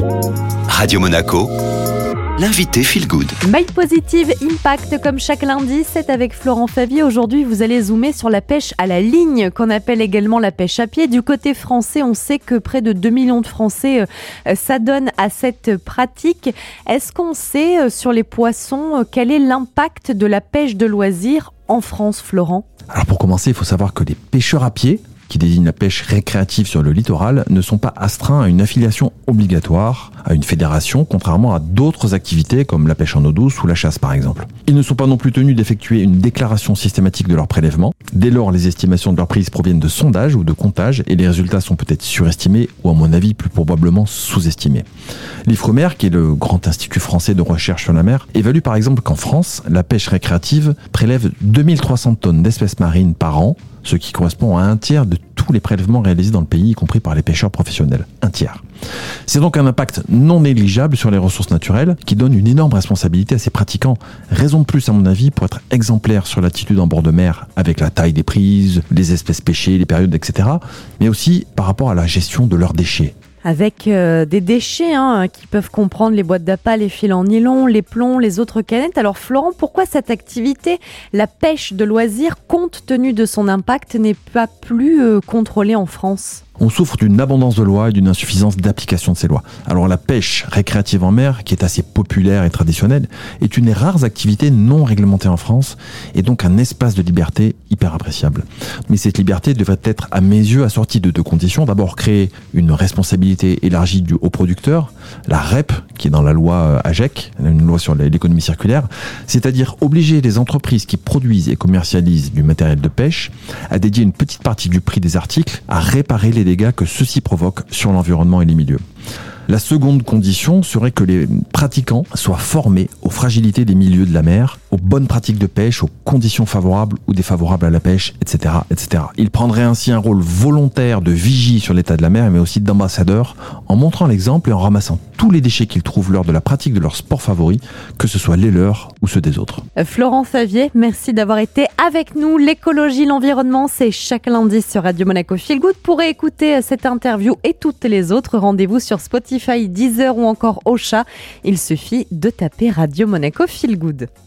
Radio Monaco, l'invité Feel Good. My Positive Impact, comme chaque lundi, c'est avec Florent Favier. Aujourd'hui, vous allez zoomer sur la pêche à la ligne, qu'on appelle également la pêche à pied. Du côté français, on sait que près de 2 millions de Français s'adonnent à cette pratique. Est-ce qu'on sait sur les poissons quel est l'impact de la pêche de loisirs en France, Florent ? Alors pour commencer, il faut savoir que les pêcheurs à pied, qui désignent la pêche récréative sur le littoral, ne sont pas astreints à une affiliation obligatoire à une fédération, contrairement à d'autres activités comme la pêche en eau douce ou la chasse par exemple. Ils ne sont pas non plus tenus d'effectuer une déclaration systématique de leur prélèvement. Dès lors, les estimations de leur prise proviennent de sondages ou de comptages et les résultats sont peut-être surestimés ou à mon avis plus probablement sous-estimés. L'Ifremer, qui est le grand institut français de recherche sur la mer, évalue par exemple qu'en France, la pêche récréative prélève 2300 tonnes d'espèces marines par an, ce qui correspond à un tiers de tous les prélèvements réalisés dans le pays, y compris par les pêcheurs professionnels. Un tiers. C'est donc un impact non négligeable sur les ressources naturelles qui donne une énorme responsabilité à ces pratiquants. Raison de plus, à mon avis, pour être exemplaire sur l'attitude en bord de mer avec la taille des prises, les espèces pêchées, les périodes, etc. Mais aussi par rapport à la gestion de leurs déchets. Avec des déchets qui peuvent comprendre les boîtes d'appât, les fils en nylon, les plombs, les autres canettes. Alors Florent, pourquoi cette activité, la pêche de loisirs, compte tenu de son impact, n'est pas plus contrôlée en France ? On souffre d'une abondance de lois et d'une insuffisance d'application de ces lois. Alors la pêche récréative en mer, qui est assez populaire et traditionnelle, est une des rares activités non réglementées en France et donc un espace de liberté hyper appréciable. Mais cette liberté devrait être à mes yeux assortie de deux conditions. D'abord créer une responsabilité élargie aux producteurs, la REP qui est dans la loi AGEC, une loi sur l'économie circulaire, c'est-à-dire obliger les entreprises qui produisent et commercialisent du matériel de pêche à dédier une petite partie du prix des articles à réparer les dégâts que ceux-ci provoquent sur l'environnement et les milieux. La seconde condition serait que les pratiquants soient formés aux fragilités des milieux de la mer, aux bonnes pratiques de pêche, aux conditions favorables ou défavorables à la pêche, etc., etc. Ils prendraient ainsi un rôle volontaire de vigie sur l'état de la mer, mais aussi d'ambassadeur, en montrant l'exemple et en ramassant tous les déchets qu'ils trouvent lors de la pratique de leur sport favori, que ce soit les leurs ou ceux des autres. Florent Favier, merci d'avoir été avec nous. L'écologie, l'environnement, c'est chaque lundi sur Radio Monaco Feel Good. Pour écouter cette interview et toutes les autres, rendez-vous sur Spotify, Deezer ou encore Ocha. Il suffit de taper Radio Monaco Feel Good.